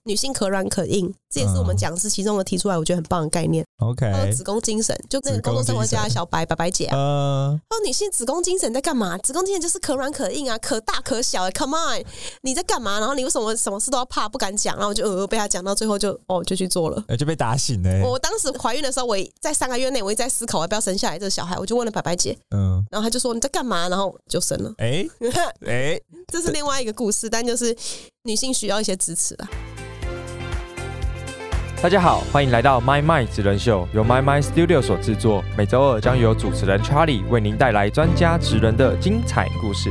女性可软可硬，这也是我们讲师其中的提出来我觉得很棒的概念。 OK， 还有子宫精神，就那个工作生活家的小白白姐啊，女性子宫精神在干嘛？子宫精神就是可软可硬啊，可大可小，Come on， 你在干嘛？然后你为什么什么事都要怕不敢讲？然后我就被他讲到最后就去做了， 就被打醒了。 我当时怀孕的时候，我在3个月内我一直在思考要不要生下来这个小孩，我就问了白姐，然后他就说你在干嘛？然后就生了。这是另外一个故事，但就是女性需要一些支持啦。 大家好，欢迎来到 My Mind 职人秀，由 My Mind Studio 所制作，每周二将由主持人 Charlie 为您带来专家职人的精彩故事。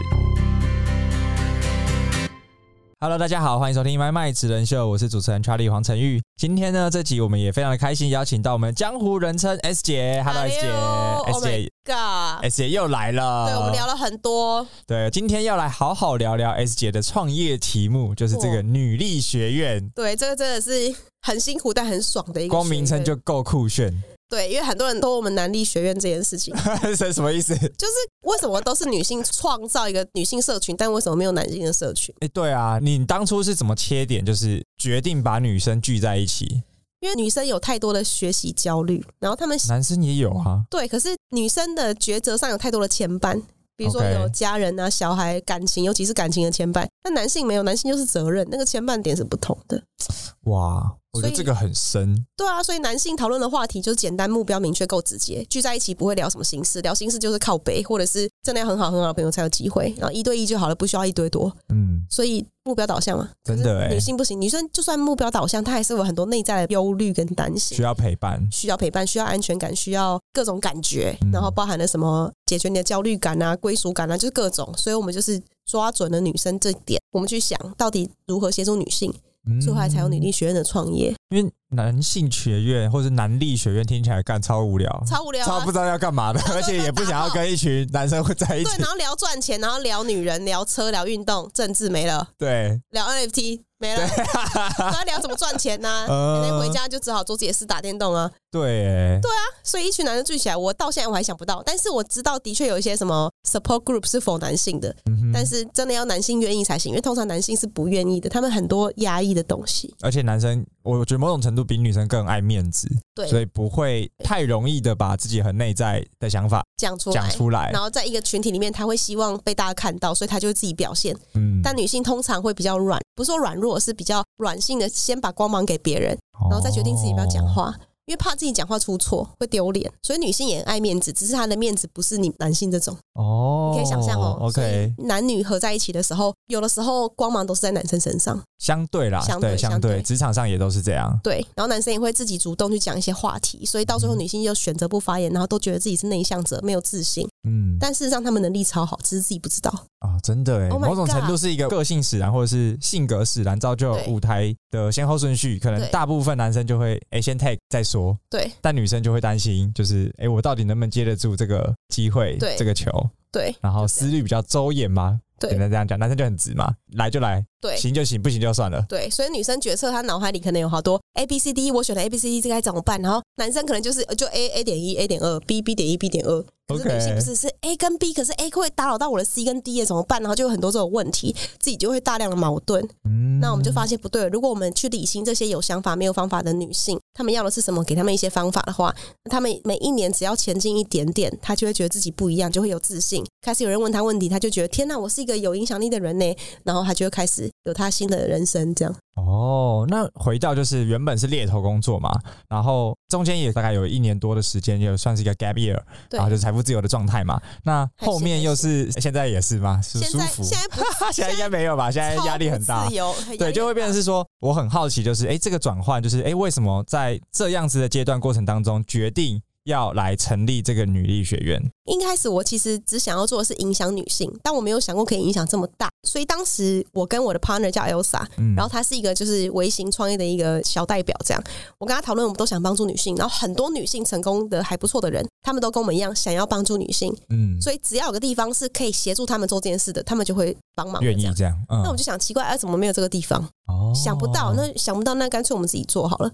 Hello， 大家好，欢迎收听 My Mind 职人秀，我是主持人 Charlie 黄成玉。今天呢，这集我们也非常的开心，邀请到我们江湖人称 S 姐。Hello S 姐，S 姐 ，S 姐又来了。 对，我们聊了很多。 对，今天要来好好聊聊 S 姐的创业题目，就是这个女力学院。 对，这个真的是很辛苦但很爽的一个学院， 光名称就够酷炫。 对，因为很多人都问我们男力学院这件事情是什么意思？ 就是为什么都是女性创造一个女性社群，但为什么没有男性的社群？ 对啊，你当初是怎么切点，就是决定把女生聚在一起？ 因为女生有太多的学习焦虑，然后他们男生也有啊。 对，可是女生的抉择上有太多的牵绊，比如说有家人啊、小孩、感情，尤其是感情的牵绊。但男性没有，男性就是责任，那个牵绊点是不同的。 哇，我觉得这个很深。 对啊，所以男性讨论的话题就是简单、目标明确、够直接，聚在一起不会聊什么心事，聊心事就是靠北，或者是真的要很好的朋友才有机会，然后1对1就好了，不需要1对多。所以目标导向嘛， 真的女性不行，女生就算目标导向，她还是有很多内在的忧虑跟担心， 需要陪伴，需要安全感，需要各种感觉，然后包含了什么解决你的焦虑感啊、归属感啊，就是各种。所以我们就是抓准了女生这点，我们去想到底如何协助女性。所以后来才有女力学院的创业。 因为男性学院或是男力学院听起来超无聊， 超不知道要干嘛的，而且也不想要跟一群男生会在一起。 对，然后聊赚钱，然后聊女人，聊车，聊运动，政治没了。 对， 聊 NFT 没了，都在聊怎么赚钱啊。回家就只好做自己的事，打电动啊。 对啊， 所以一群男生聚起来，我到现在我还想不到，但是我知道的确有一些什么 support group 是否男性的，但是真的要男性愿意才行，因为通常男性是不愿意的，他们很多压抑的东西。 而且男生，我觉得某种程度比女生更爱面子，对，所以不会太容易的把自己很内在的想法讲出来，然后在一个群体里面，他会希望被大家看到，所以他就会自己表现。但女性通常会比较软，不是说软弱，是比较软性的，先把光芒给别人，然后再决定自己不要讲话。因为怕自己讲话出错会丢脸，所以女性也很爱面子，只是她的面子不是你男性这种。你可以想象 OK， 男女合在一起的时候，有的时候光芒都是在男生身上。 相对啦，相对，职场上也都是这样。对， 然后男生也会自己主动去讲一些话题，所以到最后女性就选择不发言，然后都觉得自己是内向者，没有自信。但事实上他们能力超好，只是自己不知道。 真的耶，某种程度是一个个性使然，或者是性格使然，造就舞台的先后顺序。可能大部分男生就会先 take 再说，对，但女生就会担心，就是我到底能不能接得住这个机会，这个球，对，然后思虑比较周延嘛。简单这样讲，男生就很直嘛，来就来，对，行就行，不行就算了。对， 所以女生决策，她脑海里可能有好多 A B C D， 我选了 A B C D， 这该怎么办？然后男生可能就A 点1 A 点2 B B 点1 B 点2。可是女性不是 A 跟 B， 可是 A 会打扰到我的 C 跟 D 怎么办？然后就有很多这种问题，自己就会大量的矛盾。那我们就发现不对了，如果我们去理清这些有想法没有方法的女性，她们要的是什么，给她们一些方法的话，她们每一年只要前进一点点，她就会觉得自己不一样，就会有自信。开始有人问她问题，她就觉得天哪，我是一个有影响力的人呢，然后她就会开始有她新的人生这样。 那回到就是原本是猎头工作嘛，然后中间也大概有1年多的时间，也算是一个 gap year， 然后就是财富自由的状态嘛。那后面又是现在也是吗？是舒服？现在应该没有吧？现在压力很大，对，就会变成是说，我很好奇，就是这个转换，就是为什么在这样子的阶段过程当中决定要来成立这个女力学院？ 一开始我其实只想要做的是影响女性，但我没有想过可以影响这么大，所以当时我跟我的 partner 叫 Elsa，然后她是一个就是微型创业的一个小代表这样。我跟她讨论，我们都想帮助女性，然后很多女性成功的还不错的人，他们都跟我们一样想要帮助女性，所以只要有个地方是可以协助他们做这件事的，他们就会帮忙， 愿意这样。那我就想奇怪，怎么没有这个地方？想不到，那干脆我们自己做好了。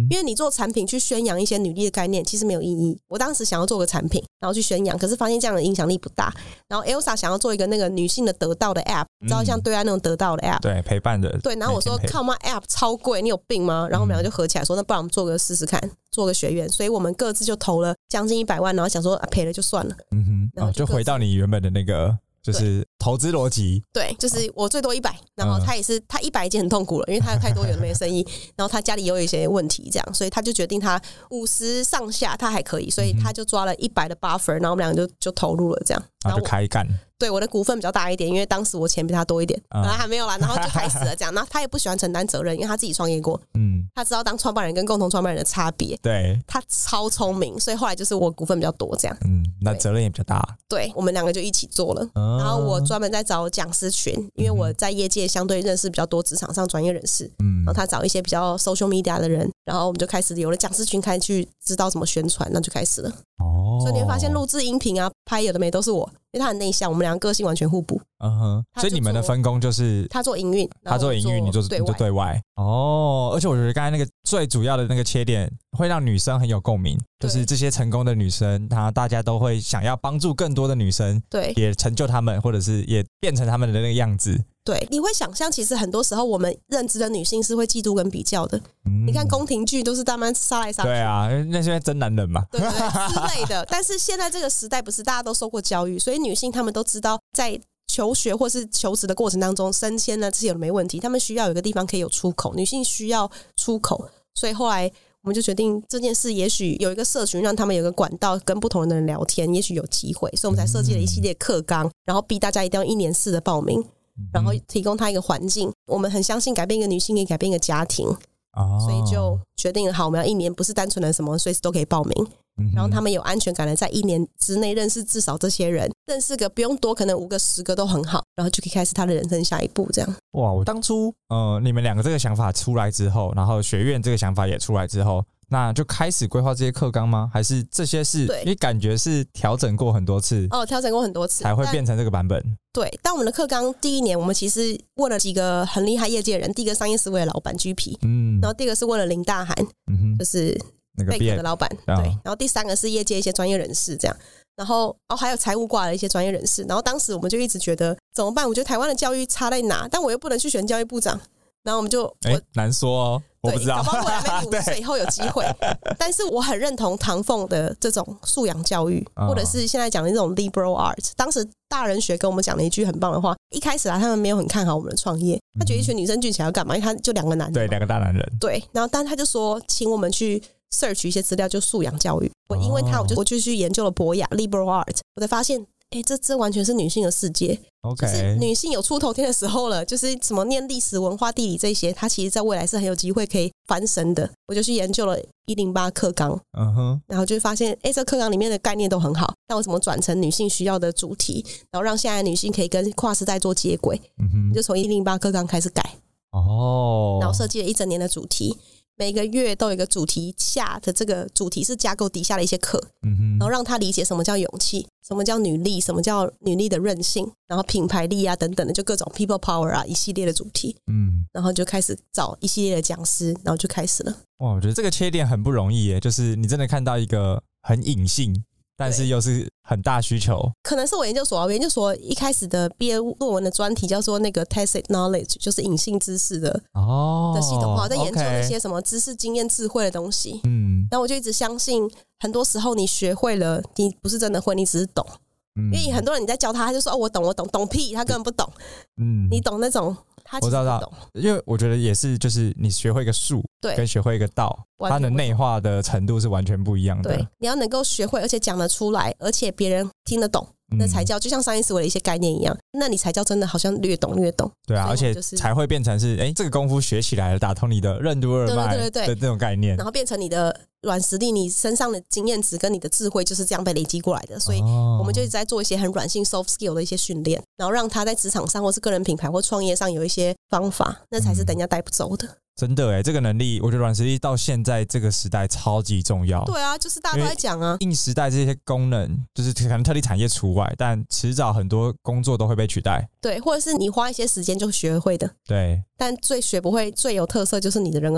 因为你做产品去宣扬一些女力的概念其实没有意义。我当时想要做个产品然后去宣扬，可是发现这样的影响力不大。然后 Elsa 想要做一个那个女性的得到的 app， 你知道像对岸那种得到的 app， 对，陪伴的， 对。然后我说靠妈 app 超贵，你有病吗？然后我们两个就合起来说那不然我们做个试试看，做个学院。所以我们各自就投了将近100万，然后想说赔了就算了。然后就回到你原本的那个就是投资逻辑。 对，就是我最多100，然后他也是他100已经很痛苦了，因为他有太多有的没生意，然后他家里又有一些问题，这样，所以他就决定他50上下他还可以，所以他就抓了100的 buffer， 然后我们两个就投入了这样， 然后就开干。 对，我的股份比较大一点，因为当时我钱比他多一点，然后还没有啦，然后就开始了这样。然后他也不喜欢承担责任，因为他自己创业过，他知道当创办人跟共同创办人的差别。 对， 他超聪明，所以后来就是我股份比较多这样。 那责任也比较大。 对，我们两个就一起做了。然后我专门在找讲师群，因为我在业界相对认识比较多职场上专业人士。然后他找一些比较 social media 的人，然后我们就开始有了讲师群，开始去知道怎么宣传，那就开始了。所以你会发现录制音频啊、拍有的没都是我，因为他很内向，我们两个个性完全互补。 所以你们的分工就是他做营运， 他做营运，你就对外。而且我觉得刚才那个最主要的那个切点会让女生很有共鸣，就是这些成功的女生，大家都会想要帮助更多的女生，对，也成就她们，或者是也变成她们的那个样子。 对，你会想象其实很多时候我们认知的女性是会嫉妒跟比较的。你看宫廷剧都是大妈杀来杀去， 对啊，那现在真男人嘛， 对对对之类的。但是现在这个时代不是大家都受过教育，所以女性她们都知道在求学或是求职的过程当中，升迁呢这些有没问题，她们需要有一个地方可以有出口，女性需要出口，所以后来我们就决定这件事也许有一个社群让他们有一个管道跟不同的人聊天，也许有机会，所以我们才设计了一系列课纲，然后逼大家一定要1年4的报名，然后提供她一个环境。我们很相信改变一个女性可以改变一个家庭，所以就决定了好，我们要1年，不是单纯的什么随时都可以报名，然后他们有安全感的在1年之内认识至少这些人，认识个不用多，可能5个10个都很好，然后就可以开始他的人生下一步这样。 哇，我当初你们两个这个想法出来之后，然后学院这个想法也出来之后，那就开始规划这些课纲吗？还是这些是因为感觉是调整过很多次？ 调整过很多次才会变成这个版本。 对，但我们的课纲第1年我们其实问了几个很厉害业界的人，第一个商业思维的老板 GP， 然后第二个是问了林大涵，就是那个 Bank 的老板，对，然后第3个是业界一些专业人士这样，然后还有财务挂的一些专业人士。然后当时我们就一直觉得怎么办？我觉得台湾的教育差在哪？但我又不能去选教育部长，然后我们就难说哦，我不知道， 搞不好我还没50岁以后有机会。但是我很认同唐凤的这种素养教育，或者是现在讲的这种 liberal arts。当时大人学跟我们讲了一句很棒的话，一开始他们没有很看好我们的创业，他觉得一群女生聚起来要干嘛？因为他就2个男人， 对，2个大男人， 对。然后但他就说请我们去 search 一些资料，就素养教育。我因为他我就去研究了博雅 liberal art， 我才发现这完全是女性的世界。就是女性有出头天的时候了，就是什么念历史、文化、地理这些，它其实在未来是很有机会可以翻身的。我就去研究了108课纲，然后就发现这课纲里面的概念都很好，那我怎么转成女性需要的主题，然后让现在的女性可以跟跨时代做接轨，就从108课纲开始改，然后设计了1整年的主题。每个月都有一个主题下的，这个主题是架构底下的一些课，然后让他理解什么叫勇气，什么叫女力，什么叫女力的韧性，然后品牌力啊等等的，就各种 people power 啊一系列的主题，然后就开始找一系列的讲师，然后就开始了。哇， 我觉得这个切点很不容易耶，就是你真的看到一个很隐性但是又是很大需求。 可能是我研究所研究所一开始的毕业论文的专题叫做那个 tacit knowledge， 就是隐性知识的系统化，在研究那些什么知识、经验、智慧的东西。然后我就一直相信，很多时候你学会了，你不是真的会，你只是懂。因为很多人你在教他就说我懂，懂屁，他根本不懂。你懂那种。我知道， 因为我觉得也是，就是你学会一个术，跟学会一个道，它的内化的程度是完全不一样的。 对，你要能够学会，而且讲得出来，而且别人听得懂，那才叫就像商业思维的一些概念一样，那你才叫真的好像略懂。 对啊，而且才会变成是这个功夫学起来了，打通你的任督二脉的这种概念， 然后变成你的软实力，你身上的经验值跟你的智慧就是这样被累积过来的。所以我们就一直在做一些很软性 soft skill 的一些训练，然后让他在职场上或是个人品牌或创业上有一些方法，那才是等人家带不走的。 真的这个能力，我觉得软实力到现在这个时代超级重要。 对啊，就是大家都在讲啊， 硬时代这些功能，就是可能特定产业除外，但迟早很多工作都会被取代。 对，或者是你花一些时间就学会的。 对， 但最学不会、最有特色就是你的人格特质。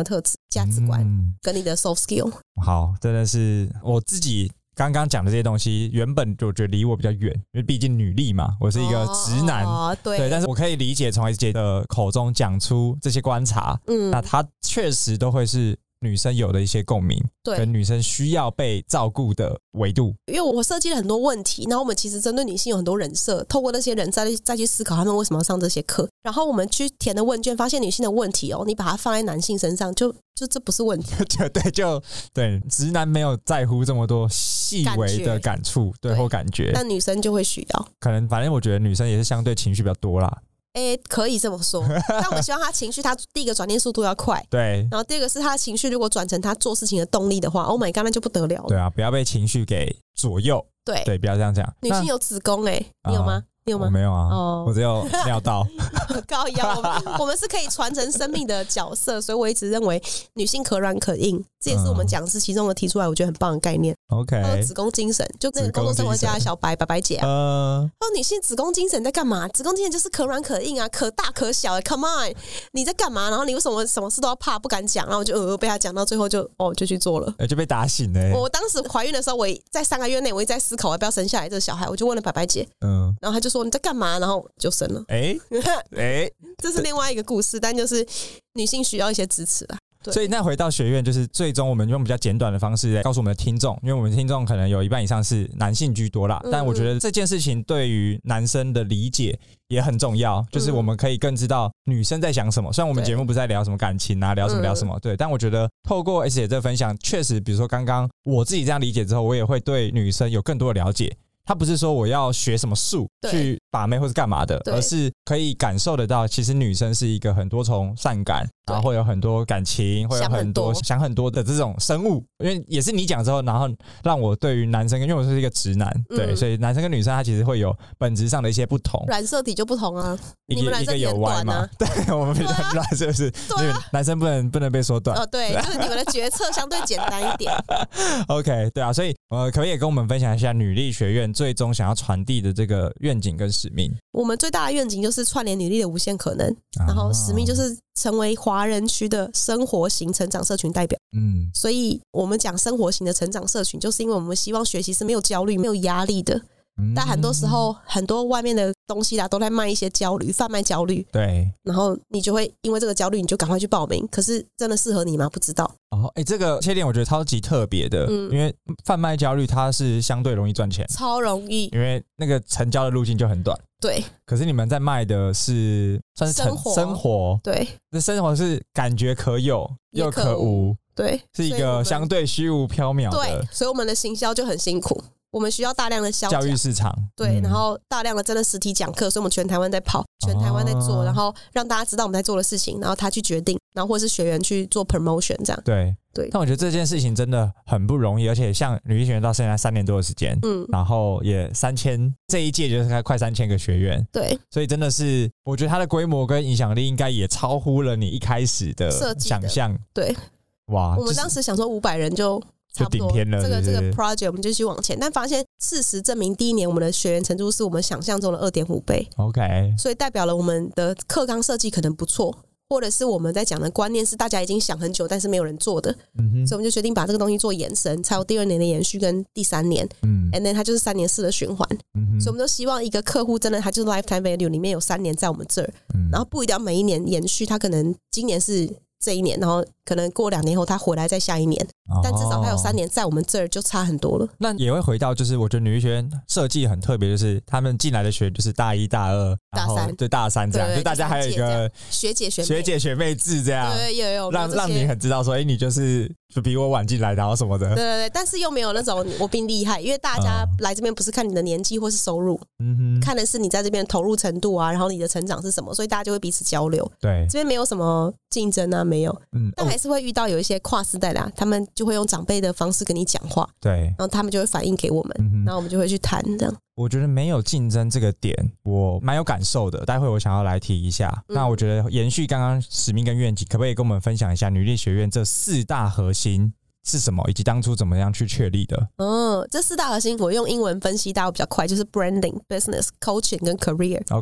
价值观跟你的 soft skill。 好，真的是我自己刚刚讲的这些东西，原本就觉得离我比较远，因为毕竟女力嘛，我是一个直男，对，但是我可以理解从 S 姐的口中讲出这些观察，那她确实都会是女生有的一些共鸣，对，跟女生需要被照顾的维度。 因为我设计了很多问题，然后我们其实针对女性有很多人设，透过那些人再去思考他们为什么要上这些课，然后我们去填的问卷，发现女性的问题你把它放在男性身上，就这不是问题。 对，直男没有在乎这么多细微的感触，对或感觉， 但女生就会需要。 可能反正我觉得女生也是相对情绪比较多啦。 可以这么说，但我们希望他情绪，他第一个转念速度要快， 对， 然后第二个是他的情绪如果转成他做事情的动力的话 ，Oh my god， 那就不得了了。 对啊，不要被情绪给左右。对，不要这样讲。 女性有子宫你有吗？你有吗？ 我没有啊，我只有尿道。 高腰，我们是可以传承生命的角色，所以我一直认为女性可软可硬，这也是我们讲师其中的提出来，我觉得很棒的概念。 OK， 子宫精神，就那个工作生活家的小白姐啊，女性子宫精神在干嘛？子宫精神就是可软可硬啊，可大可小，Come on， 你在干嘛？然后你为什么什么事都要怕，不敢讲？然后我就被他讲到最后就去做了， 就被打醒了。 我当时怀孕的时候，我在3个月内，我一直在思考我要不要生下来这个小孩，我就问了白姐，然后他就说你在干嘛？然后就生了。这是另外一个故事，但就是女性需要一些支持啦。 所以那回到学院，就是最终我们用比较简短的方式来告诉我们的听众，因为我们的听众可能有一半以上是男性居多啦，但我觉得这件事情对于男生的理解也很重要，就是我们可以更知道女生在想什么。虽然我们节目不是在聊什么感情啊，聊什么，对，但我觉得透过 S 姐这个分享，确实，比如说刚刚我自己这样理解之后，我也会对女生有更多的了解。他不是说我要学什么术去把妹或是干嘛的，而是可以感受得到，其实女生是一个很多重善感，然后会有很多感情，会有很多想很多的这种生物。因为也是你讲之后，然后让我对于男生，因为我是一个直男，对，所以男生跟女生他其实会有本质上的一些不同。 染色体就不同啊，你们一个有 Y 嘛，对，我们比较软，是不是？ 对啊， 男生不能被说断。 对，就是你们的决策相对简单一点。 OK， 对啊，所以可不可以跟我们分享一下女力学院最终想要传递的这个愿景跟使命？ 我们最大的愿景就是串联女力的无限可能，然后使命就是成为华人区的生活型成长社群代表。所以我们讲生活型的成长社群，就是因为我们希望学习是没有焦虑、没有压力的。但很多时候，很多外面的东西啦都在卖一些焦虑，贩卖焦虑。对，然后你就会因为这个焦虑，你就赶快去报名。可是真的适合你吗？不知道。 这个切点我觉得超级特别的，因为贩卖焦虑它是相对容易赚钱， 超容易， 因为那个成交的路径就很短。 对， 可是你们在卖的是算是生活， 对， 这生活是感觉可有又可无， 对， 是一个相对虚无缥缈的。 对，所以我们的行销就很辛苦。我们需要大量的教育市场， 对，然后大量的真的实体讲课，所以我们全台湾在跑，全台湾在做，然后让大家知道我们在做的事情，然后他去决定，然后或是学员去做 promotion 这样。对。 但我觉得这件事情真的很不容易，而且像女力学院到现在3年多的时间，然后也3000，这一届就是快3000个学员，对，所以真的是我觉得它的规模跟影响力应该也超乎了你一开始的想象。对，哇， 我们当时想说500人就差不多顶天了， 这个 project 我们就继续往前，但发现事实证明，第一年我们的学员程度是我们想象中的2.5倍。OK， 所以代表了我们的课纲设计可能不错，或者是我们在讲的观念是大家已经想很久，但是没有人做的。所以我们就决定把这个东西做延伸，才有第2年的延续跟第3年。and then 它就是3年4的循环。所以我们都希望一个客户真的他就是 lifetime value 里面有3年在我们这儿，然后不一定要每一年延续，他可能今年是这一年，然后可能过2年后他回来再下一年，但至少他有3年在我们这儿就差很多了。 那也会回到就是我觉得女力学院设计很特别，就是他们进来的学员就是大1大2 大3， 对，大3这样，就大家还有一个学姐学妹制这样， 对，有让你很知道说你就是比我晚进来然后什么的， 对，但是又没有那种我比你厉害，因为大家来这边不是看你的年纪或是收入，看的是你在这边投入程度啊，然后你的成长是什么，所以大家就会彼此交流。对，这边没有什么竞争啊，没有，但还是会遇到有一些跨世代的，他们就会用长辈的方式跟你讲话，对，然后他们就会反映给我们，然后我们就会去谈这样。 我觉得没有竞争这个点我蛮有感受的，待会我想要来提一下。那我觉得延续刚刚使命跟愿景，可不可以跟我们分享一下女力学院这4大核心是什么，以及当初怎么样去确立的？这4大核心我用英文分析大家比较快，就是 branding、business、coaching 跟 career。OK，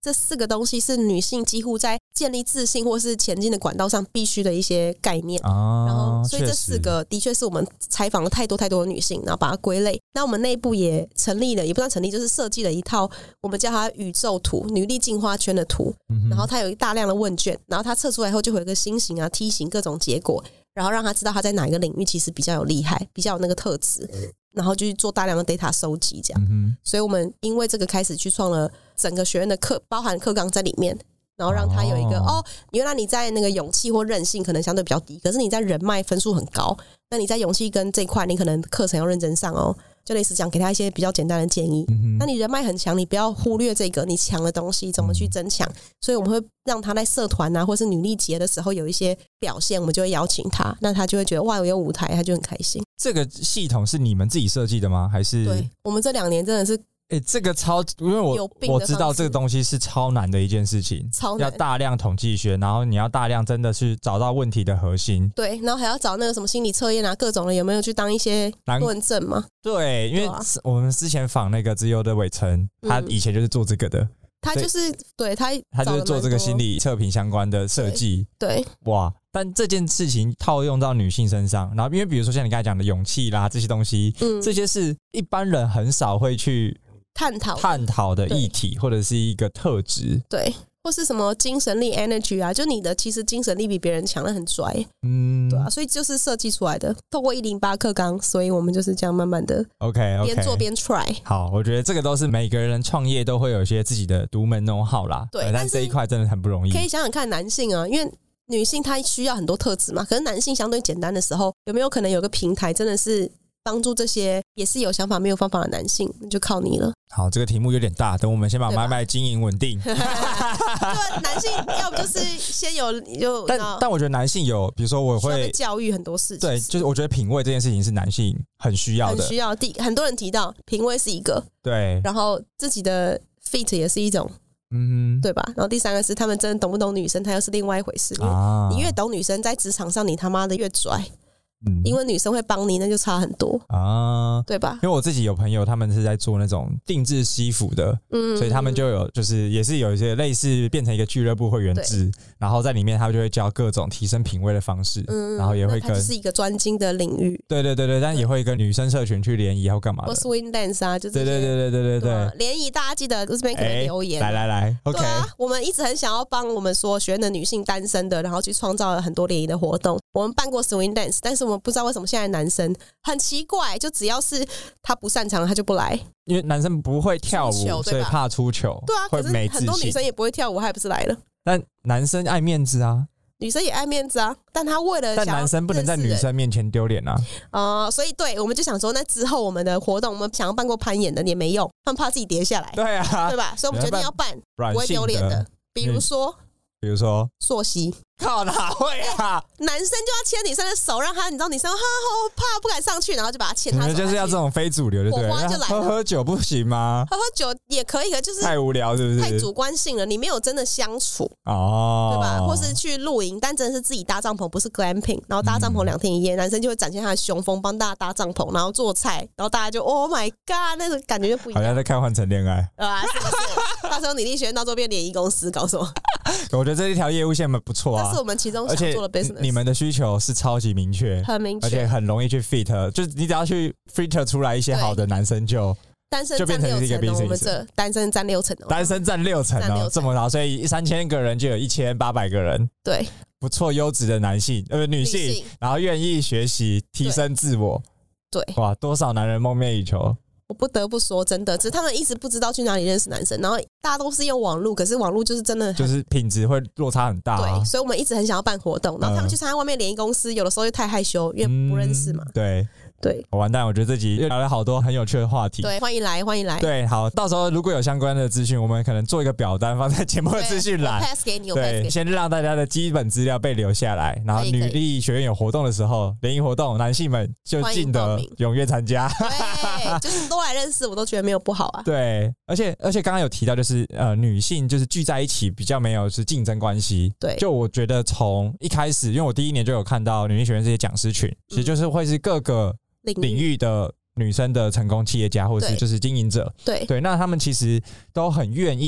这4个东西是女性几乎在建立自信或是前进的管道上必须的一些概念然后所以这4个的确是我们采访了太多的女性，然后把它归类。那我们内部也成立了，也不算成立，就是设计了一套我们叫它宇宙图，女力进化圈的图然后它有大量的问卷，然后它测出来后就会有一个星型啊 T 型各种结果，然后让他知道他在哪一个领域其实比较有厉害，比较有那个特质，然后就去做大量的 data 收集这样所以我们因为这个开始去创了整个学院的课，包含课纲在里面，然后让他有一个原来你在那个勇气或韧性可能相对比较低，可是你在人脉分数很高，那你在勇气跟这一块你可能课程要认真上就类似讲给他一些比较简单的建议那你人脉很强，你不要忽略这个你强的东西怎么去增强所以我们会让他在社团啊或是女力节的时候有一些表现，我们就会邀请他，那他就会觉得哇有舞台，他就很开心。 这个系统是你们自己设计的吗？还是？ 对，我们这2年真的是这个因为我知道这个东西是超难的一件事情， 超难， 要大量统计学，然后你要大量真的去找到问题的核心， 对，然后还要找那个什么心理测验啊，各种的有没有去当一些论证嘛？ 对，因为我们之前访那个自由的伟成，他以前就是做这个的， 他就是对他就是做这个心理测评相关的设计， 对， 哇！但这件事情套用到女性身上，然后因为比如说像你刚才讲的勇气啦这些东西，这些是一般人很少会去探讨的议题或者是一个特质， 对，或是什么精神力 energy 啊，就你的其实精神力比别人强，那很拽对啊，所以就是设计出来的，透过108课纲，所以我们就是这样慢慢的 OK 边做边 try。 好，我觉得这个都是每个人创业都会有一些自己的独门 know how 啦， 对， 但这一块真的很不容易。 可以想想看男性啊，因为女性她需要很多特质嘛，可是男性相对简单的时候，有没有可能有个平台真的是帮助这些也是有想法没有方法的男性，那就靠你了。 好，这个题目有点大，等我们先把麦麦经营稳定。 对，男性要不就是先有但我觉得男性有，比如说我会教育很多事情， 对，就是我觉得品味这件事情是男性很需要的， 很需要。很多人提到品味是一个， 对， 然后自己的 fit 也是一种。对吧？然后第3个是他们真的懂不懂女生，他又是另外一回事。你越懂女生，在职场上你他妈的越拽。因为女生会帮你，那就差很多对吧？ 因为我自己有朋友，他们是在做那种定制西服的，所以他们就有就是也是有一些类似变成一个俱乐部会员制，然后在里面他们就会教各种提升品味的方式，然后也会跟它就是一个专精的领域， 对，但也会跟女生社群去联谊或干嘛的， 或 swing dance 啊，就是对联谊，大家记得这边可能留言， 来 OK 我们一直很想要帮我们说学院的女性单身的，然后去创造了很多联谊的活动。我们办过 swing dance， 但是我们不知道为什么现在男生很奇怪，就只要是他不擅长他就不来， 因为男生不会跳舞，所以怕出糗。 对啊，可是很多女生也不会跳舞，还不是来了。 但男生爱面子啊， 女生也爱面子啊，但他为了但男生不能在女生面前丢脸啊。 所以对，我们就想说，那之后我们的活动，我们想要办过攀岩的也没用，他们怕自己跌下来， 对啊， 对吧？所以我们决定要办不会丢脸的，比如说溯溪。 靠，哪会啊？ 男生就要牵女生的手，让他你知道女生怕不敢上去，然后就把他牵他手。 你们就是要这种非主流，就对了。火花就来了。喝酒不行吗？ 喝酒也可以，可就是太无聊，是不是？ 太主观性了，你没有真的相处对吧？或是去露营，但真的是自己搭帐篷，不是 glamping， 然后搭帐篷2天1夜，男生就会展现他的雄风，帮大家搭帐篷，然后做菜，然后大家就 Oh my God， 那种感觉就不一样。 好像在看《换乘恋爱》 是不是？到时候女力学院到周边联谊公司搞什么？ 我觉得这一条业务线不错啊， 这是我们其中想做的 business。 你们的需求是超级明确， 很明确， 而且很容易去 fit， 就是你只要去 filter 出来一些好的男生就变成一个 business。 我们这单身占6成， 单身占6成这么高，所以3000个人就有1800个人， 对， 不错优质的女性，然后愿意学习提升自我， 对， 哇，多少男人梦寐以求。 我不得不说，真的，只是他们一直不知道去哪里认识男生，然后大家都是用网络，可是网络就是真的就是品质会落差很大对，所以我们一直很想要办活动，然后他们去参加外面联谊公司，有的时候又太害羞，因为不认识嘛。对， 完蛋，我觉得这集又聊了好多很有趣的话题。 对，欢迎来。 对，好，到时候如果有相关的资讯，我们可能做一个表单放在节目的资讯栏， pass 给你， 对，先让大家的基本资料被留下来，然后女力学院有活动的时候，联谊活动，男性们就记得踊跃参加。 对，就是多来认识，我都觉得没有不好啊。 对，而且刚刚有提到，就是女性就是聚在一起比较没有是竞争关系。 对， 就我觉得从一开始，因为我第1年就有看到女力学院这些讲师群，其实就是会是各个领域的女生的成功企业家，或者是就是经营者， 对， 那他们其实都很愿意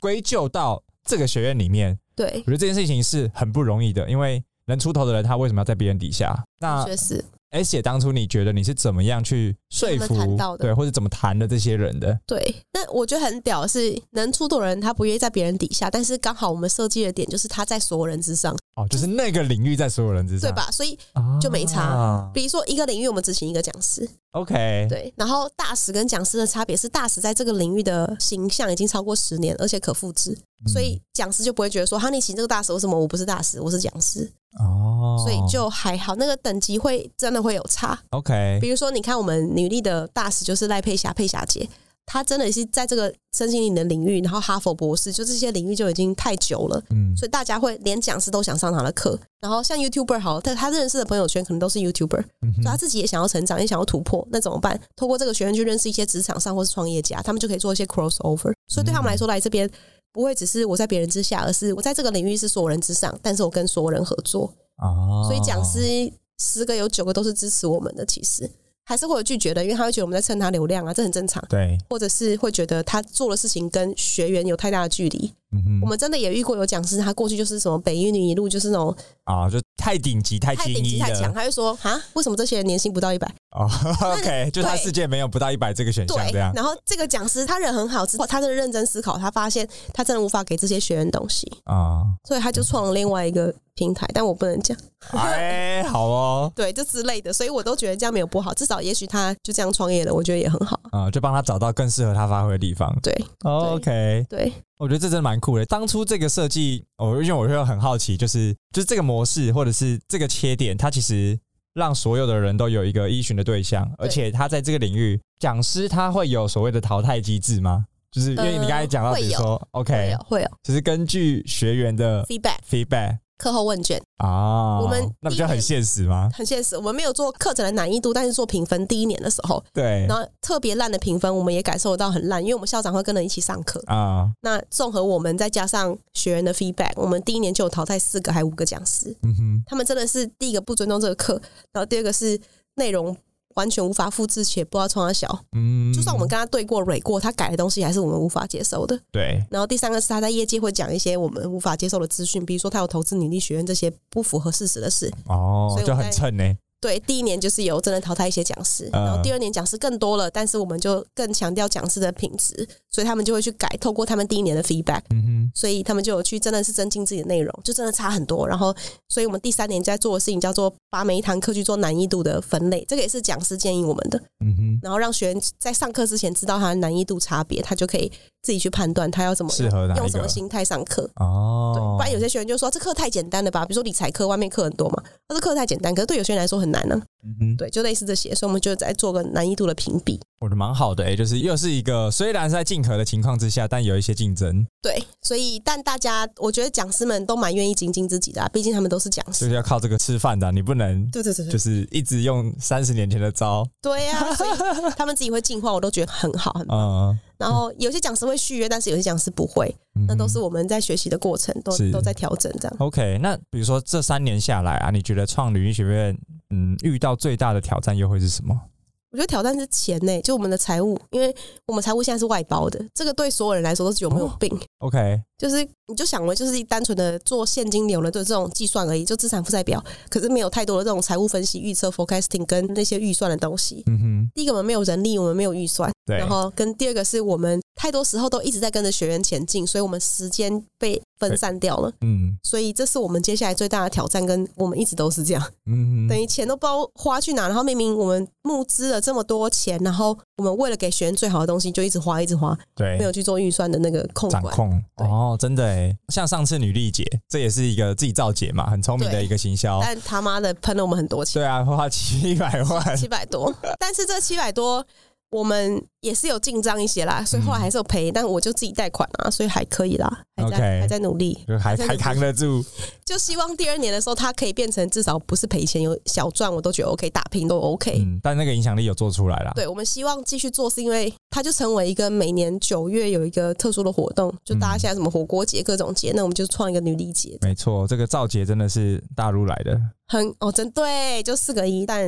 归咎到这个学院里面， 对， 我觉得这件事情是很不容易的，因为能出头的人他为什么要在别人底下？那确实。 S 姐当初你觉得你是怎么样去说服对，或者怎么谈的这些人的？ 对，那我觉得很屌的是能出头的人他不愿意在别人底下，但是刚好我们设计的点就是他在所有人之上。 哦，就是那个领域在所有人之上， 对吧？所以就没差。比如说一个领域我们只请一个讲师 ，OK， 对，然后大使跟讲师的差别是大使在这个领域的形象已经超过10年，而且可复制，所以讲师就不会觉得说哈你请这个大使为什么我不是大使我是讲师。哦，所以就还好，那个等级会真的会有差。 OK， 比如说你看我们女力的大使就是赖佩霞佩霞姐，她真的是在这个身心灵的领域，然后哈佛博士，就这些领域就已经太久了，所以大家会连讲师都想上她的课。然后像 YouTuber 好，他认识的朋友圈可能都是 YouTuber，所以他自己也想要成长，也想要突破，那怎么办？透过这个学院去认识一些职场上或是创业家，他们就可以做一些 crossover。所以对他们来说，来这边不会只是我在别人之下，而是我在这个领域是所有人之上，但是我跟所有人合作。所以讲师10个有9个都是支持我们的，其实还是会有拒绝的，因为他会觉得我们在蹭他流量啊，这很正常。 对， 或者是会觉得他做的事情跟学员有太大的距离。我们真的也遇过有讲师，他过去就是什么北一女一路，就是那种就太顶级、太精英太强，他会说啊，为什么这些人年薪不到100？ 哦，OK， 就他世界没有不到100这个选项这样。 然后这个讲师他人很好，之后他真的认真思考，他发现他真的无法给这些学员东西所以他就创了另外一个平台，但我不能讲。 好哦， 对，就之类的，所以我都觉得这样没有不好，至少也许他就这样创业了，我觉得也很好就帮他找到更适合他发挥的地方。 对 ，OK， 对， 我觉得这真的蛮酷的。当初这个设计，因为我会很好奇，就是这个模式或者是这个切点，它其实让所有的人都有一个依循的对象，而且他在这个领域，讲师他会有所谓的淘汰机制吗？就是因为你刚才讲到，比如说 ，OK， 会有， 就是根据学员的 feedback。 课后问卷我们那不就很现实吗？ 很现实，我们没有做课程的难易度，但是做评分。第1年的时候， 对， 然后特别烂的评分，我们也感受到很烂，因为我们校长会跟人一起上课那综合我们再加上学员的 feedback， 我们第1年就有淘汰4个还5个讲师。他们真的是第一个不尊重这个课，然后第2个是内容完全无法复制且不知道冲他小就算我们跟他对过蕊过，他改的东西还是我们无法接受的。 对， 然后第3个是他在业界会讲一些我们无法接受的资讯，比如说他有投资女力学院这些不符合事实的事所以就很蹭对，第1年就是有真的淘汰一些讲师然后第2年讲师更多了，但是我们就更强调讲师的品质，所以他们就会去改，透过他们第1年的 feedback所以他们就有去真的是增进自己的内容，就真的差很多。然后所以我们第3年在做的事情叫做把每一堂课去做难易度的分类，这个也是讲师建议我们的然后让学员在上课之前知道他的难易度差别，他就可以自己去判断他要怎么用什么心态上课对，不然有些学员就说这课太简单了吧，比如说理财课外面课很多嘛，这课太简单，可是对有些人来说很难对，就类似这些，所以我们就在做个难易度的评比。 我觉得蛮好的就是又是一个虽然是在竞合的情况之下，但有一些竞争。 对，所以但大家我觉得讲师们都蛮愿意精进自己的毕竟他们都是讲师， 就是要靠这个吃饭的你不能对， 就是一直用30年前的招。 对所以他们自己会进化，我都觉得很好很棒然后有些讲师会续约，但是有些讲师不会那都是我们在学习的过程都在调整这样。 OK， 那比如说这3年下来你觉得创女力学院遇到最大的挑战又会是什么？ 我觉得挑战是钱就我们的财务，因为我们财务现在是外包的，这个对所有人来说都是有没有病 OK， 就是你就想为就是单纯的做现金流的这种计算而已，就资产负债表，可是没有太多的这种财务分析预测 forecasting 跟那些预算的东西第一个我们没有人力，我们没有预算对， 然后跟第2个是我们太多时候都一直在跟着学员前进，所以我们时间被分散掉了所以这是我们接下来最大的挑战，跟我们一直都是这样等于钱都不知道花去哪，然后明明我们募资了这么多钱，然后我们为了给学员最好的东西就一直花对，没有去做预算的那个控管掌控真的像上次女力节这也是一个自己造节嘛，很聪明的一个行销， 但他妈的喷了我们很多钱。 对花700万 700多但是这700多我们也是有进账一些啦，所以后来还是有赔但我就自己贷款所以还可以啦还在努力， 就还扛得住， 就希望第2年的时候它可以变成至少不是赔钱，有小赚我都觉得 OK， 打平都 OK 但那个影响力有做出来啦。 对，我们希望继续做是因为它就成为一个每年9月有一个特殊的活动，就大家现在什么火锅节各种节那我们就创一个女力节。没错，这个造节真的是大陆来的真对，就4个1，但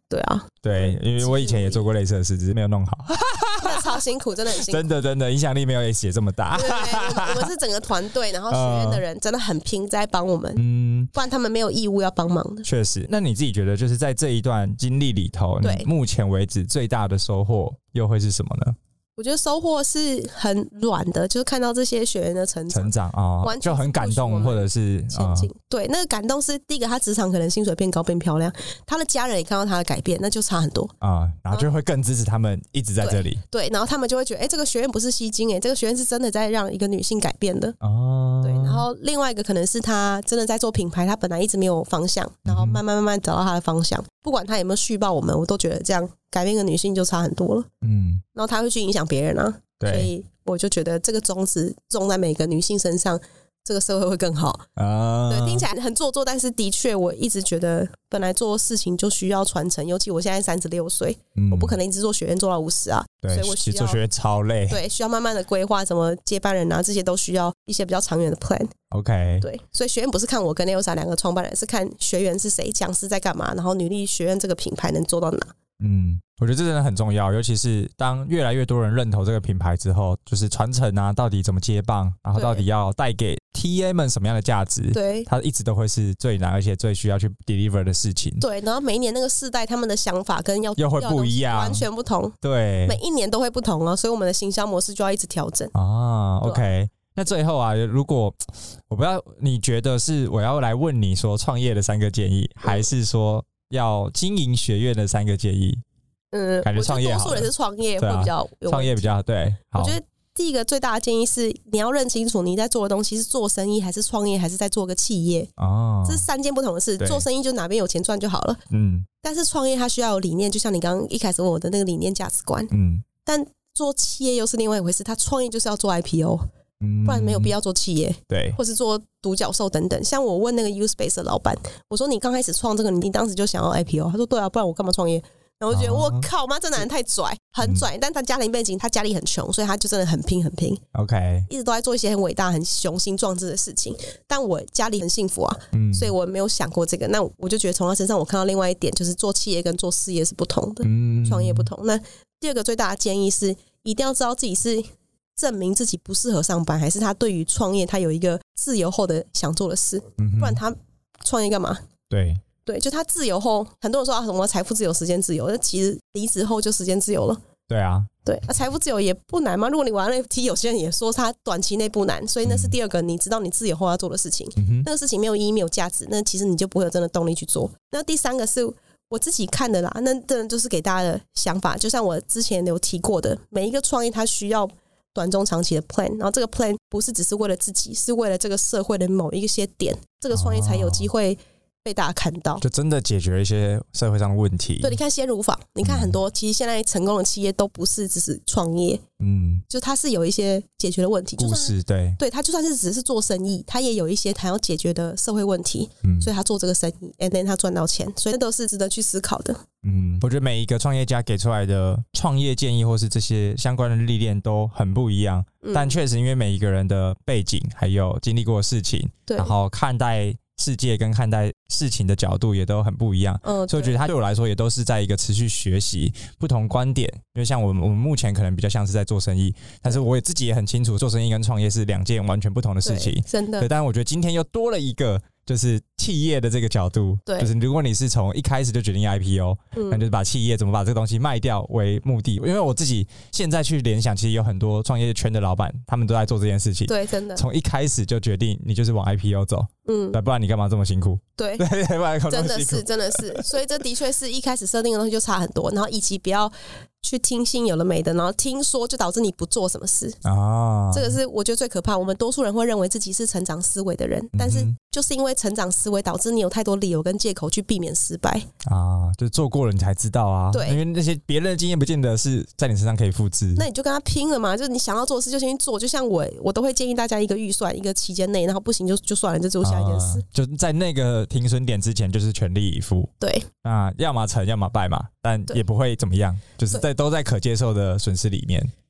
对啊， 对，因为我以前也做过类似的事，只是没有弄好。 那超辛苦，真的很辛苦。 真的影响力没有写这么大。 对，我们是整个团队，然后学院的人真的很拼在帮我们，不然他们没有义务要帮忙的。 确实，那你自己觉得就是在这一段经历里头，你目前为止最大的收获又会是什么呢？ 我觉得收获是很软的，就是看到这些学员的成长啊，就很感动，或者是前进。对，那个感动是第一个，他职场可能薪水变高变漂亮，他的家人也看到他的改变，那就差很多啊，然后就会更支持他们一直在这里。 对，然后他们就会觉得，这个学院不是吸金，这个学院是真的在让一个女性改变的。哦，对，然后另外一个可能是他真的在做品牌，他本来一直没有方向，然后慢慢找到他的方向，不管他有没有续报我们，我都觉得这样改变一个女性就差很多了。然后他会去影响别人啊。所以我就觉得这个种子种在每个女性身上，这个社会会更好啊。对，听起来很做作，但是的确我一直觉得本来做事情就需要传承，尤其我现在36岁，我不可能一直做学院做到50啊。 对， 所以我需要做学院超累。 对，需要慢慢的规划，怎么接班人啊，这些都需要一些比较长远的 plan。 OK， 对，所以学院不是看我跟 Elsa 两个创办人，是看学员是谁，讲师在干嘛，然后女力学院这个品牌能做到哪。 我觉得这真的很重要，尤其是当越来越多人认同这个品牌之后，就是传承啊，到底怎么接棒，然后到底要带给 TA 们什么样的价值，对，它一直都会是最难而且最需要去 deliver 的事情。对， 然后每一年那个世代他们的想法跟又会不一样， 完全不同。 对， 每一年都会不同哦，所以我们的行销模式就要一直调整啊。OK， 那最后啊，如果我不要，你觉得是我要来问你说创业的3个建议，还是说要经营学院的3个建议？感觉创业好了， 多数人是创业会比较有创业比较对。 我觉得第一个最大的建议是，你要认清楚你在做的东西是做生意还是创业，还是在做个企业哦，这是3件不同的事。做生意就哪边有钱赚就好了，但是创业它需要有理念，就像你刚刚一开始问我的那个理念价值观，但做企业又是另外一回事。他创业就是要做 IPO，不然没有必要做企业，对，或是做独角兽等等。像我问那个 Uspace 的老板，我说你刚开始创这个，你当时就想要 IPO？ 他说对啊，不然我干嘛创业？然后我觉得我靠妈，这男人太拽，很拽。但他家庭背景，他家里很穷，所以他就真的很拼很拼。OK， 一直都在做一些很伟大、很雄心壮志的事情。但我家里很幸福啊，所以我没有想过这个。那我就觉得从他身上我看到另外一点，就是做企业跟做事业是不同的，创业不同。那第二个最大的建议是，一定要知道自己是证明自己不适合上班，还是他对于创业他有一个自由后的想做的事，不然他创业干嘛？对，就他自由后，很多人说什么财富自由、时间自由，那其实离职后就时间自由了。对啊，对，财富自由也不难嘛。如果你玩 NFT， 有些人也说他短期内不难，所以那是第二个，你知道你自由后要做的事情。那个事情没有意义、没有价值，那其实你就不会有真的动力去做。那第3个是我自己看的啦，那真的就是给大家的想法，就像我之前有提过的，每一个创业它需要短中长期的 plan， 然后这个 plan 不是只是为了自己，是为了这个社会的某一些点，这个创业才有机会被大家看到，就真的解决一些社会上的问题。对，你看鲜乳坊，你看很多其实现在成功的企业都不是只是创业，就它是有一些解决的问题，故事。对，它就算是只是做生意，它也有一些它要解决的社会问题，所以他做这个生意 and then 他赚到钱，所以那都是值得去思考的。我觉得每一个创业家给出来的创业建议或是这些相关的历练都很不一样，但确实因为每一个人的背景还有经历过的事情，然后看待世界跟看待事情的角度也都很不一样，所以我觉得他对我来说也都是在一个持续学习不同观点。因为像我们目前可能比较像是在做生意，但是我也自己也很清楚做生意跟创业是2件完全不同的事情，真的。对，但是我觉得今天又多了一个就是企业的这个角度，就是如果你是从一开始就决定 IPO，那就是把企业怎么把这个东西卖掉为目的。因为我自己现在去联想，其实有很多创业圈的老板，他们都在做这件事情。对，真的，从一开始就决定你就是往 IPO 走，不然你干嘛这么辛苦？对，不然真的是，所以这的确是一开始设定的东西就差很多，然后以及不要去听信有的没的，然后听说就导致你不做什么事啊，这个是我觉得最可怕。我们多数人会认为自己是成长思维的人，但是就是因为成长思维导致你有太多理由跟借口去避免失败啊，就是做过了你才知道啊。对，因为那些别人的经验不见得是在你身上可以复制，那你就跟他拼了嘛，就是你想要做的事就先去做。就像我都会建议大家一个预算一个期间内，然后不行就算了，就做下一件事，就在那个停损点之前就是全力以赴。对，那要么成要么败嘛，但也不会怎么样，就是都在可接受的损失里面。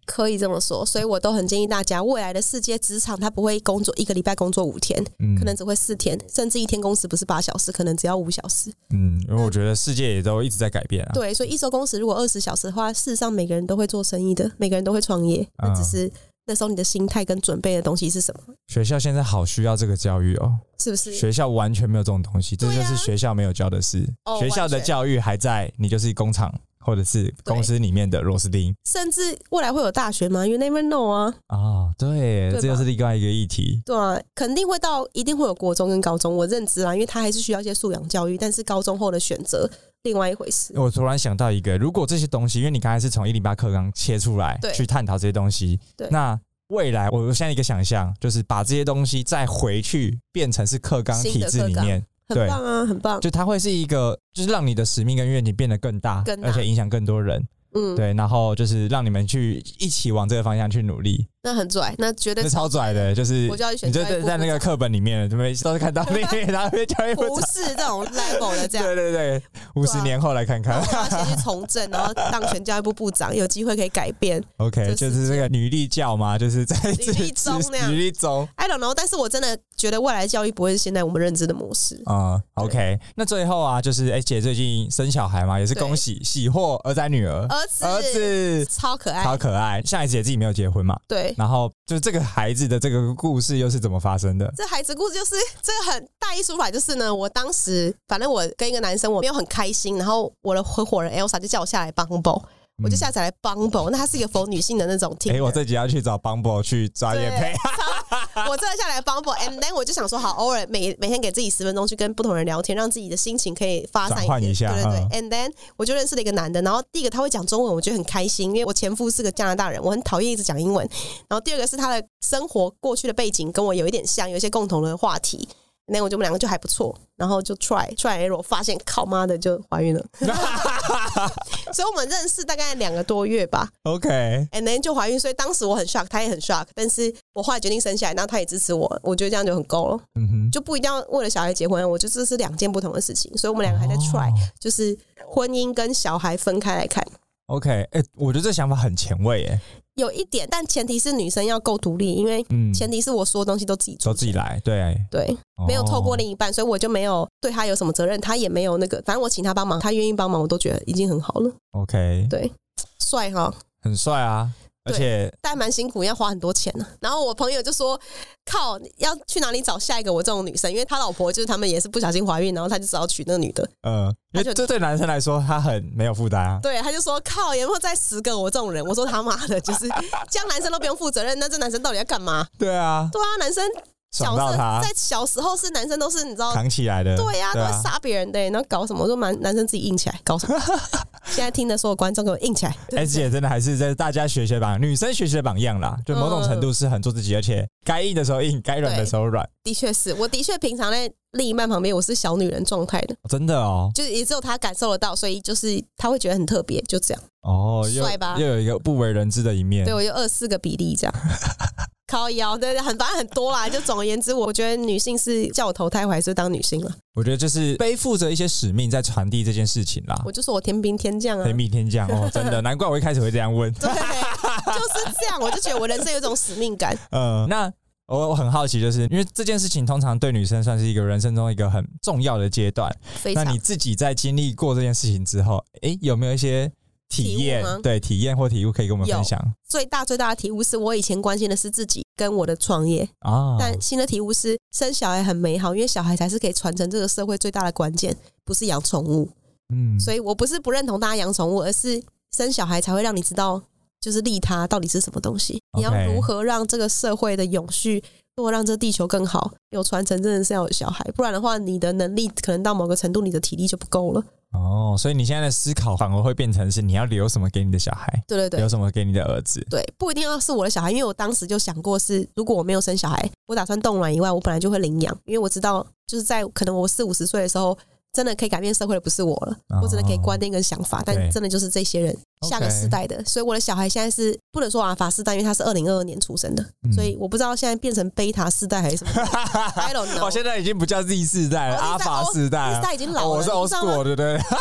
可以这么说，所以我都很建议大家，未来的世界职场，他不会工作1个礼拜工作5天，可能只会4天，甚至一天工时不是8小时，可能只要5小时。 因为我觉得世界也都一直在改变啊。 对，所以一周工时如果20小时的话，事实上每个人都会做生意的，每个人都会创业，那只是那时候你的心态跟准备的东西是什么？ 学校现在好需要这个教育哦， 是不是？ 学校完全没有这种东西，这就是学校没有教的事。学校的教育还在，你就是工厂或者是公司里面的螺丝钉， 甚至未来会有大学吗 ？You never know 啊！ 对，这就是另外一个议题。 对啊，肯定会一定会有国中跟高中，我认知啦，因为它还是需要一些素养教育，但是高中后的选择另外一回事。 我突然想到一个，如果这些东西，因为你刚才是从108课纲切出来去探讨这些东西，那未来我现在一个想象就是把这些东西再回去变成是课纲体制里面， 很棒啊，很棒。 就它会是一个，就是让你的使命跟愿景变得更大，而且影响更多人。对，然后就是让你们去一起往这个方向去努力。 那很拽，那绝对超拽的，就是我就要选你就在那个课本里面，都是看到你，然后教育部不是这种 level 的这样。 对，50年后来看看， 我要先去从政，然后当选教育部部长，有机会可以改变。 OK， 就是这个女力教嘛，就是在女力中那样。 女力中 ，I don't know， 但是我真的觉得未来的教育不会是现在我们认知的模式。 OK， 那最后啊，就是姐最近生小孩嘛，也是恭喜喜获儿仔女儿，儿子超可爱， 超可爱。像姐自己没有结婚嘛， 对， 然后就这个孩子的这个故事又是怎么发生的？ 这孩子故事就是这个很大意说法，就是呢，我当时反正我跟一个男生我没有很开心，然后我的合伙人 Elsa 就叫我下来 Bumble，我就下载来 Bumble，那它是一个否女性的那种Tinder。 我这集要去找 Bumble 去抓业配。 我真的下来 Bumble，and then 我就想说，好，偶尔每天给自己10分钟去跟不同人聊天，让自己的心情可以发散一下。 对，and then 我就认识了一个男的，然后第一个他会讲中文，我觉得很开心，因为我前夫是个加拿大人，我很讨厌一直讲英文。然后第二个是他的生活过去的背景跟我有一点像，有一些共同的话题。那我们两个就还不错，然后就 try error， 发现靠妈的就怀孕了，所以我们认识大概2个多月吧。OK，and then 就怀孕，所以当时我很 shock， 他也很 shock， 但是我后来决定生下来，然后他也支持我，我觉得这样就很够了。就不一定要为了小孩结婚，我觉得这是2件不同的事情，所以我们2个还在 try，就是婚姻跟小孩分开来看。 OK， 我觉得这想法很前卫耶。 有一点，但前提是女生要够独立，因为前提是我所有东西都自己做， 都自己来，对， 没有透过另一半，所以我就没有对他有什么责任，他也没有那个，反正我请他帮忙，他愿意帮忙，我都觉得已经很好了。OK， 对，帅哈， 很帅啊，而且但蛮辛苦，要花很多钱呢。然后我朋友就说：“靠，要去哪里找下一个我这种女生？因为他老婆就是他们也是不小心怀孕，然后他就只好娶那个女的。” 因为这对男生来说他很没有负担啊。 对，他就说：“靠，有没有再10个我这种人？”我说：“他妈的，就是这样，男生都不用负责任，那这男生到底要干嘛？” 对啊， 男生。在小时候是男生都是你知道扛起来的， 对呀，都会杀别人的，然后搞什么？我说男生自己硬起来，搞什么？现在听的所有观众给我硬起来。 姐真的还是在大家学习榜，女生学习的榜样啦，就某种程度是很做自己，而且该硬的时候硬，该软的时候软。的确是我的确平常在另一半旁边，我是小女人状态的， 真的哦， 就是也只有他感受得到，所以就是他会觉得很特别，就这样。帅吧？ 又有一个不为人知的一面。 对，我就24个比例这样。靠腰，对，反正很多啦。就总而言之，我觉得女性是叫我投胎，我还是当女性了。 我觉得就是背负着一些使命在传递这件事情啦。 我就说我天兵天将啊， 天兵天将哦，真的，难怪我一开始会这样问。 对，就是这样，我就觉得我人生有种使命感。 那我很好奇，就是因为这件事情通常对女生算是一个人生中一个很重要的阶段。那你自己在经历过这件事情之后，有没有一些体验？对，体验或体悟可以跟我们分享。 最大的体悟是我以前关心的是自己跟我的创业但新的体悟是生小孩很美好，因为小孩才是可以传承这个社会最大的关键，不是养宠物。所以我不是不认同大家养宠物，而是生小孩才会让你知道就是利他到底是什么东西，你要如何让这个社会的永续，如何让这个地球更好，有传承真的是要有小孩，不然的话你的能力可能到某个程度你的体力就不够了。 所以你现在的思考反而会变成是你要留什么给你的小孩，对，留什么给你的儿子。对， 不一定要是我的小孩，因为我当时就想过是如果我没有生小孩，我打算冻卵以外，我本来就会领养，因为我知道就是在可能我40-50岁的时候，真的可以改变社会的不是我了，我只能给观念跟想法，但真的就是这些人下个世代的。所以我的小孩现在是不能说阿法世代，因为他是2022年出生的，所以我不知道现在变成贝塔世代还是什么。I don't know。 现在已经不叫 Z 世代了，阿法世代了。 Z 世代已经老了， 我是 old school， 对不对？对啊，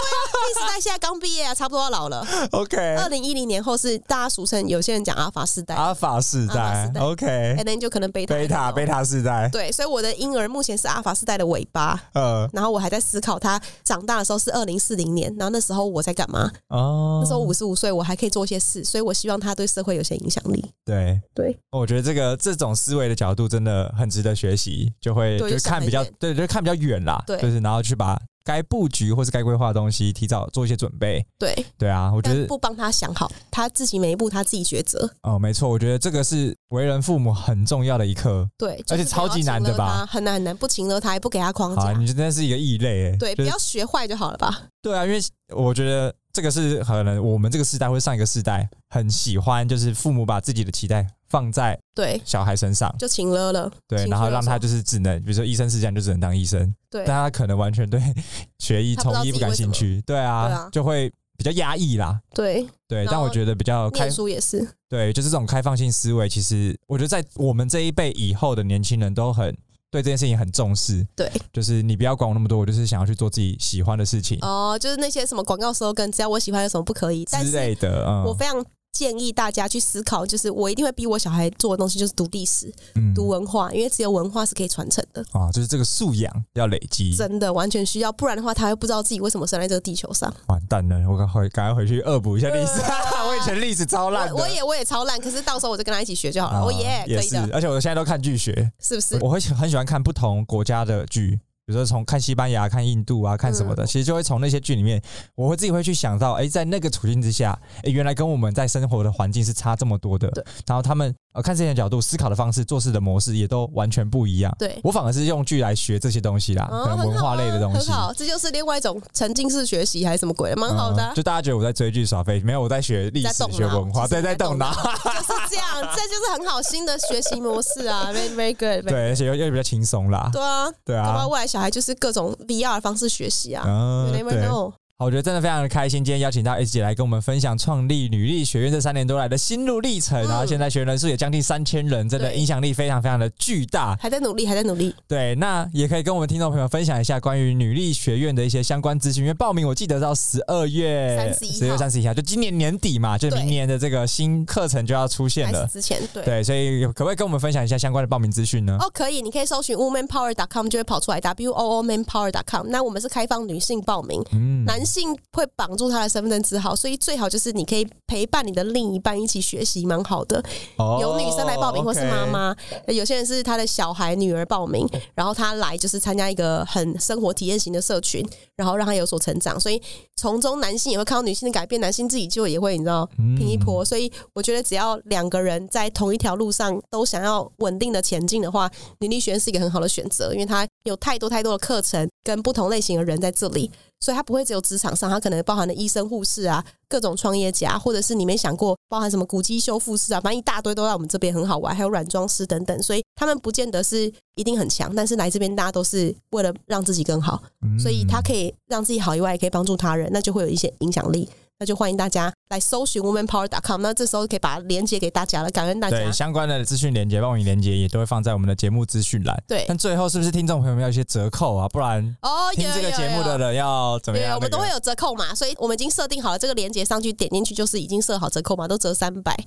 时代现在刚毕业啊，差不多要老了。 OK， 2010年后是大家俗称，有些人讲阿法世代。 阿法世代 ，OK， 那就可能贝塔世代。 对，所以我的婴儿目前是阿法世代的尾巴。然后我还在思考他长大的时候是2040年，然后那时候我在干嘛？那时候55岁，我还可以做些事，所以我希望他对社会有些影响力。 对，我觉得这种思维的角度真的很值得学习，就看比较就看比较远啦。对，就是然后去把该布局或是该规划的东西提早做一些准备。对啊，我觉得不帮他想好，他自己每一步他自己抉择。 没错，我觉得这个是为人父母很重要的一课。 对， 而且超级难的吧？ 很难，不请了他，还不给他框架。 你真的是一个异类。 对，不要学坏就好了吧？对啊，因为我觉得这个是可能我们这个世代或上一个世代很喜欢，就是父母把自己的期待放在小孩身上， 就请了。 对，然后让他就是只能，比如说医生是这样，就只能当医生。对，但他可能完全对学医从医不感兴趣。对啊，就会比较压抑啦。对，但我觉得比较念书也是。 对，就是这种开放性思维，其实我觉得在我们这一辈以后的年轻人都很对这件事情很重视。对，就是你不要管我那么多，我就是想要去做自己喜欢的事情。就是那些什么广告 slogan， 只要我喜欢有什么不可以之类的。我非常建议大家去思考，就是我一定会逼我小孩做的东西就是读历史、读文化，因为只有文化是可以传承的。就是这个素养要累积，真的完全需要，不然的话他会不知道自己为什么生在这个地球上。完蛋了，我赶快回去恶补一下历史。我以前历史超烂的，我也超烂，可是到时候我就跟他一起学就好了。可以的，而且我现在都看剧学，是不是？我会很喜欢看不同国家的剧。比如说从看西班牙、看印度啊、看什么的，其实就会从那些剧里面，我会自己会去想到，在那个处境之下，原来跟我们在生活的环境是差这么多的。然后他们看事情的角度、思考的方式、做事的模式也都完全不一样。对，我反而是用剧来学这些东西啦，可能文化类的东西。很好，这就是另外一种沉浸式学习还是什么鬼的，蛮好的。就大家觉得我在追剧耍废，没有，我在学历史、学文化，对，在动脑，就是这样，这就是很好新的学习模式啊 ，very good。对，而且又比较轻松啦。对啊，搞不好未来小孩就是各种 VR 的方式学习啊。You never know。好，我觉得真的非常的开心，今天邀请到 S 姐来跟我们分享创立女力学院这3年多来的心路历程，然后现在学员人数也将近3000人，真的影响力非常非常的巨大，还在努力。对，那也可以跟我们听众朋友分享一下关于女力学院的一些相关资讯，因为报名我记得到12月31号，就今年年底嘛，就明年的这个新课程就要出现了。之前对，所以可不可以跟我们分享一下相关的报名资讯呢？可以，你可以搜寻 womanpower.com 就会跑出来 WOOmanpower.com。那我们是开放女性报名，男性会绑住他的身份证字号，所以最好就是你可以陪伴你的另一半一起学习，蛮好的。有女生来报名或是妈妈，有些人是他的小孩女儿报名，然后他来就是参加一个很生活体验型的社群，然后让他有所成长，所以从中男性也会看到女性的改变，男性自己就也会你知道拼一波。所以我觉得只要2个人在同一条路上都想要稳定的前进的话，女力学院是一个很好的选择，因为它有太多的课程跟不同类型的人在这里，所以它不会只有职场上，它可能包含了医生、护士啊，各种创业家，或者是你没想过包含什么古迹修复师啊，反正一大堆都在我们这边很好玩，还有软装师等等，所以他们不见得是一定很强，但是来这边大家都是为了让自己更好，所以他可以让自己好以外，也可以帮助他人，那就会有一些影响力。那就欢迎大家来搜寻 womanpower.com， 那这时候可以把连结给大家了，感恩大家。对，相关的资讯连结、报名连结也都会放在我们的节目资讯栏。对，但最后是不是听众朋友们要一些折扣啊？不然听这个节目的人要怎么样？我们都会有折扣嘛，所以我们已经设定好了这个连结上去，点进去就是已经设好折扣嘛，都折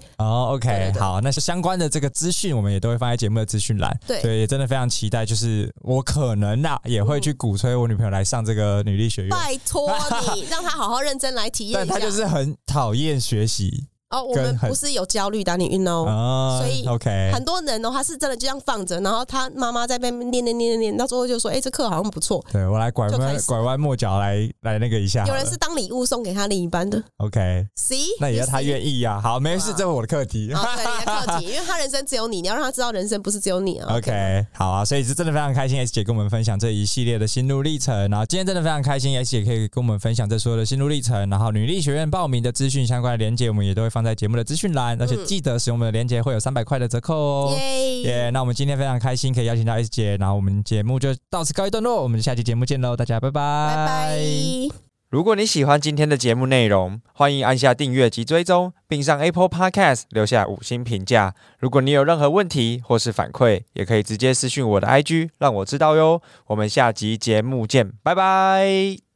300。OK， 好，那相关的这个资讯我们也都会放在节目的资讯栏。对，所以也真的非常期待，就是我可能也会去鼓吹我女朋友来上这个女力学院。拜托你，让她好好认真来体验一下。他就是很讨厌学习。我们不是有焦虑的，你所以很多人他是真的就这样放着，然后他妈妈在那边念，到最后就说这课好像不错，对，我来拐弯抹角来那个一下。有人是当礼物送给他另一半的。See， 那也要他愿意啊。好，没事，这是我的课题。对，你的课题，因为他人生只有你，你要让他知道人生不是只有你啊。OK， 好啊，所以是真的非常开心 S 姐跟我们分享这一系列的心路历程，然后今天真的非常开心 S 姐可以跟我们分享这所有的心路历程，然后女力学院报名的资讯相关的连结我们也都会放在节目的资讯栏，而且记得使用我们的连结会有300块的折扣哦。那我们今天非常开心可以邀请到 S 姐，然后我们节目就到此告一段落，我们下期节目见喽，大家拜拜拜拜。如果你喜欢今天的节目内容，欢迎按下订阅及追踪，并上 Apple Podcast 留下5星评价。如果你有任何问题或是反馈，也可以直接私讯我的 IG 让我知道哟。我们下集节目见，拜拜。